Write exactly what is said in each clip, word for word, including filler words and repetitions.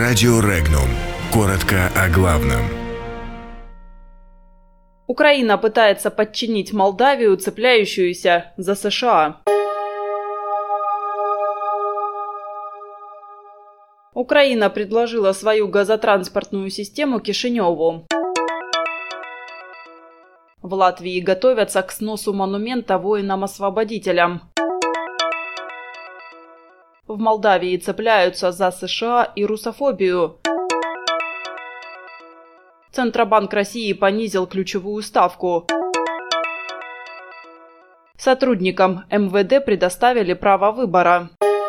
Радио Регнум. Коротко о главном. Украина пытается подчинить Молдавию, цепляющуюся за США. Украина предложила свою газотранспортную систему Кишиневу. В Латвии готовятся к сносу монумента воинам-освободителям. В Молдавии цепляются за США и русофобию. Центробанк России понизил ключевую ставку. Сотрудникам эм вэ дэ предоставили право выбора.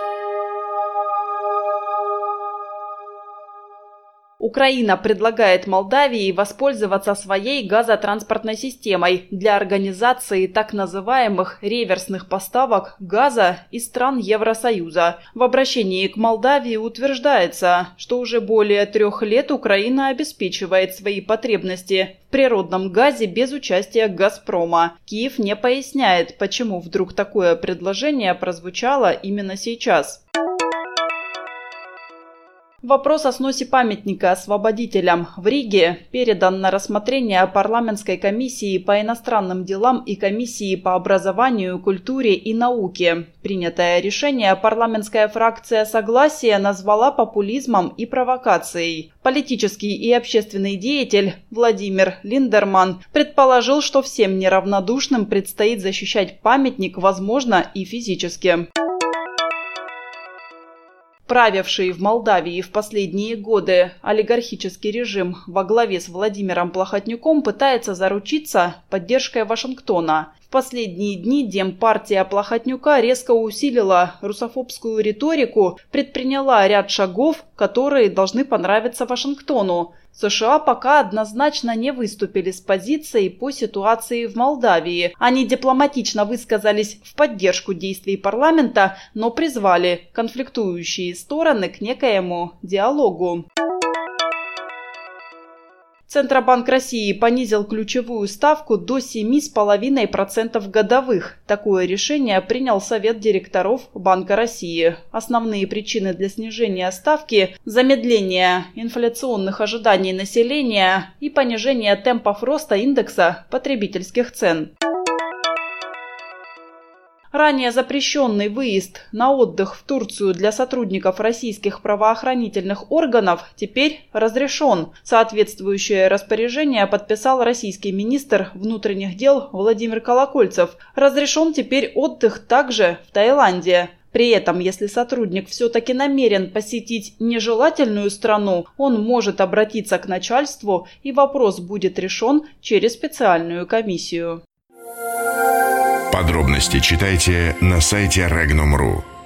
Украина предлагает Молдавии воспользоваться своей газотранспортной системой для организации так называемых реверсных поставок газа из стран Евросоюза. В обращении к Молдавии утверждается, что уже более трех лет Украина обеспечивает свои потребности в природном газе без участия «Газпрома». Киев не поясняет, почему вдруг такое предложение прозвучало именно сейчас. Вопрос о сносе памятника освободителям в Риге передан на рассмотрение парламентской комиссии по иностранным делам и комиссии по образованию, культуре и науке. Принятое решение парламентская фракция «Согласие» назвала популизмом и провокацией. Политический и общественный деятель Владимир Линдерман предположил, что всем неравнодушным предстоит защищать памятник, возможно, и физически. Правивший в Молдавии в последние годы олигархический режим во главе с Владимиром Плохотнюком пытается заручиться поддержкой Вашингтона. В последние дни Демпартия Плохотнюка резко усилила русофобскую риторику, предприняла ряд шагов, которые должны понравиться Вашингтону. США пока однозначно не выступили с позицией по ситуации в Молдавии. Они дипломатично высказались в поддержку действий парламента, но призвали конфликтующие стороны к некоему диалогу. Центробанк России понизил ключевую ставку до семи с половиной процентов годовых. Такое решение принял Совет директоров Банка России. Основные причины для снижения ставки – замедление инфляционных ожиданий населения и понижение темпов роста индекса потребительских цен. Ранее запрещенный выезд на отдых в Турцию для сотрудников российских правоохранительных органов теперь разрешен. Соответствующее распоряжение подписал российский министр внутренних дел Владимир Колокольцев. Разрешен теперь отдых также в Таиланде. При этом, если сотрудник все-таки намерен посетить нежелательную страну, он может обратиться к начальству, и вопрос будет решен через специальную комиссию. Подробности читайте на сайте регнум точка ру.